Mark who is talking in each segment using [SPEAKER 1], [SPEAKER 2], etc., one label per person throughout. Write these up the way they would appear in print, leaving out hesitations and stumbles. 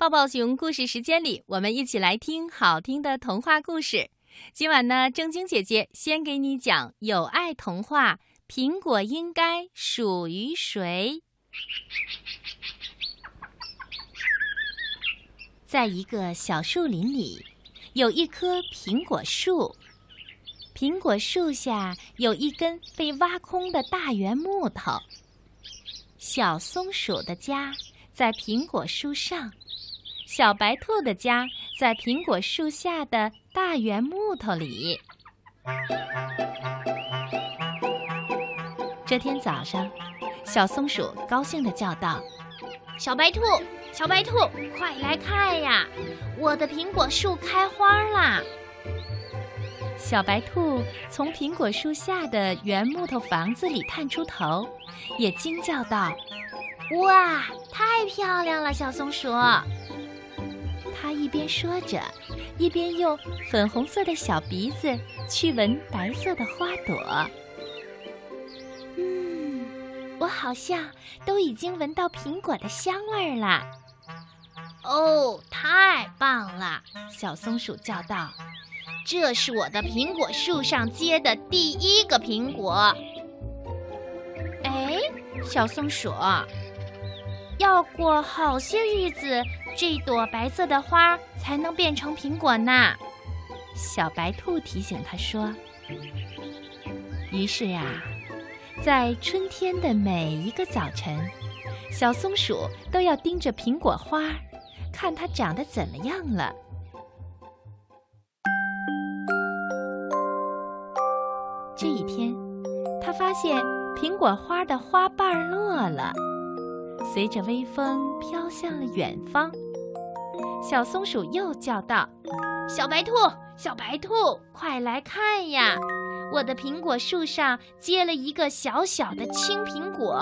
[SPEAKER 1] 抱抱熊故事时间里，我们一起来听好听的童话故事。今晚呢，正晶姐姐先给你讲有爱童话《苹果应该属于谁》。在一个小树林里，有一棵苹果树。苹果树下有一根被挖空的大圆木头。小松鼠的家在苹果树上，小白兔的家在苹果树下的大圆木头里。这天早上，小松鼠高兴地叫道：“
[SPEAKER 2] 小白兔，小白兔，快来看呀！我的苹果树开花啦！”
[SPEAKER 1] 小白兔从苹果树下的圆木头房子里探出头，也惊叫道：“
[SPEAKER 2] 哇，太漂亮了，小松鼠！”
[SPEAKER 1] 它一边说着，一边用粉红色的小鼻子去闻白色的花朵。
[SPEAKER 2] 我好像都已经闻到苹果的香味儿了。哦，太棒了！小松鼠叫道：“这是我的苹果树上结的第一个苹果。”哎，小松鼠，要过好些日子，这朵白色的花才能变成苹果呢。
[SPEAKER 1] 小白兔提醒它说。于是啊，在春天的每一个早晨，小松鼠都要盯着苹果花，看它长得怎么样了。这一天，它发现苹果花的花瓣落了，随着微风飘向了远方。小松鼠又叫道：“
[SPEAKER 2] 小白兔，小白兔，快来看呀！我的苹果树上结了一个小小的青苹果。”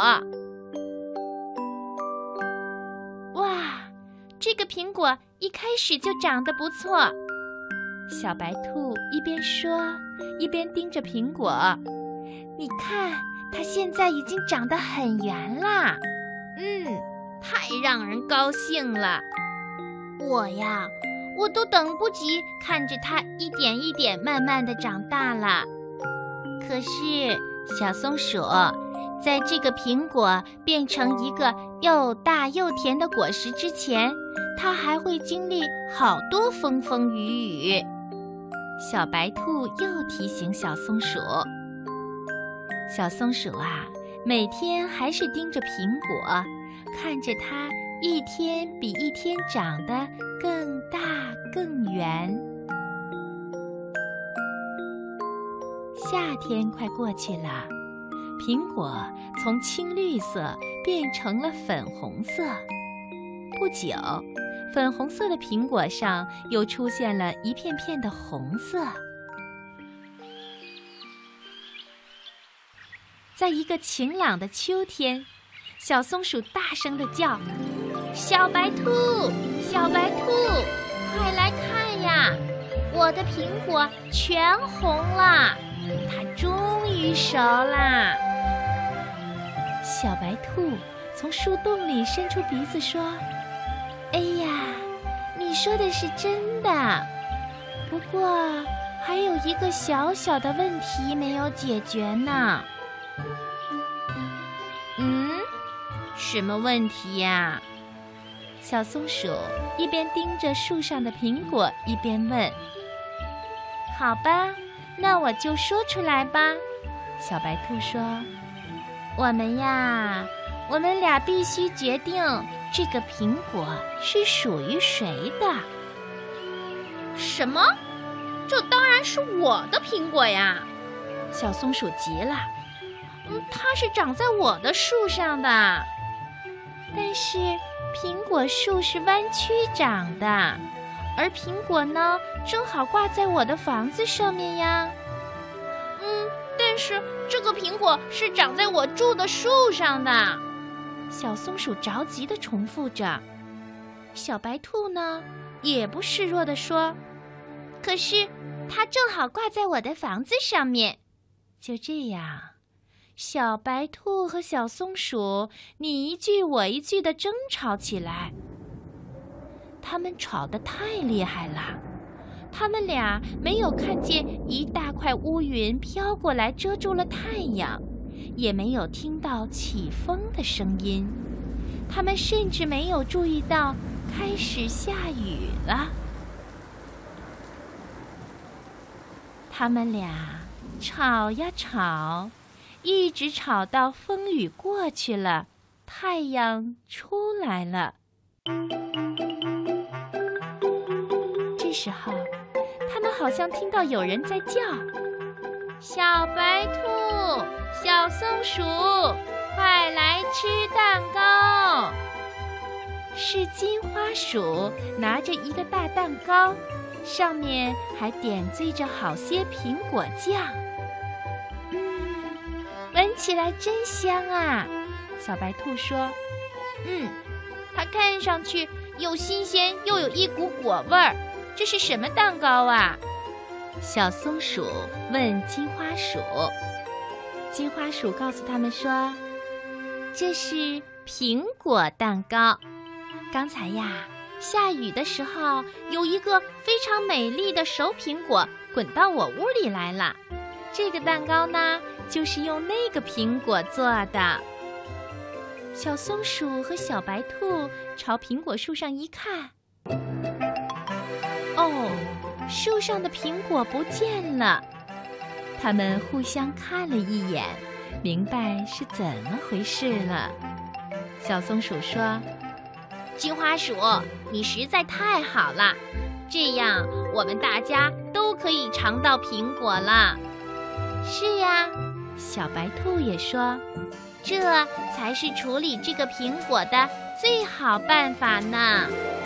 [SPEAKER 2] 哇，这个苹果一开始就长得不错。
[SPEAKER 1] 小白兔一边说，一边盯着苹果。
[SPEAKER 2] 你看，它现在已经长得很圆啦。太让人高兴了。我都等不及看着它一点一点慢慢地长大了。可是，小松鼠，在这个苹果变成一个又大又甜的果实之前，它还会经历好多风风雨雨。
[SPEAKER 1] 小白兔又提醒小松鼠。小松鼠啊，每天还是盯着苹果，看着它一天比一天长得更大更圆。夏天快过去了，苹果从青绿色变成了粉红色。不久，粉红色的苹果上又出现了一片片的红色。在一个晴朗的秋天，小松鼠大声地叫：“
[SPEAKER 2] 小白兔，小白兔，快来看呀！我的苹果全红了，它终于熟啦！”
[SPEAKER 1] 小白兔从树洞里伸出鼻子说：“
[SPEAKER 2] 哎呀，你说的是真的，不过还有一个小小的问题没有解决呢。”什么问题呀？
[SPEAKER 1] 小松鼠一边盯着树上的苹果，一边问。
[SPEAKER 2] 好吧，那我就说出来吧。
[SPEAKER 1] 小白兔说：“
[SPEAKER 2] 我们俩必须决定这个苹果是属于谁的。”什么？这当然是我的苹果呀！
[SPEAKER 1] 小松鼠急了。
[SPEAKER 2] 它是长在我的树上的。但是苹果树是弯曲长的，而苹果呢，正好挂在我的房子上面呀。但是这个苹果是长在我住的树上的。小松鼠着急地重复着。小白兔呢，也不示弱地说：“可是它正好挂在我的房子上面。”
[SPEAKER 1] 就这样，小白兔和小松鼠你一句我一句地争吵起来。
[SPEAKER 2] 他们吵得太厉害了。他们俩没有看见一大块乌云飘过来遮住了太阳，也没有听到起风的声音。他们甚至没有注意到开始下雨了。他们俩吵呀吵，一直吵到风雨过去了，太阳出来了。这时候，他们好像听到有人在叫：“小白兔，小松鼠，快来吃蛋糕！”是金花鼠拿着一个大蛋糕，上面还点缀着好些苹果酱。闻起来真香啊！小白兔说：“它看上去又新鲜又有一股果味儿。这是什么蛋糕啊？”
[SPEAKER 1] 小松鼠问金花鼠。金花鼠告诉他们说：“这是苹果蛋糕。刚才呀，下雨的时候，有一个非常美丽的熟苹果滚到我屋里来了。这个蛋糕呢，就是用那个苹果做的。”小松鼠和小白兔朝苹果树上一看，树上的苹果不见了。他们互相看了一眼，明白是怎么回事了。小松鼠说：“
[SPEAKER 2] 金花鼠，你实在太好了，这样我们大家都可以尝到苹果了。”
[SPEAKER 1] 是呀，小白兔也说：“
[SPEAKER 2] 这才是处理这个苹果的最好办法呢。”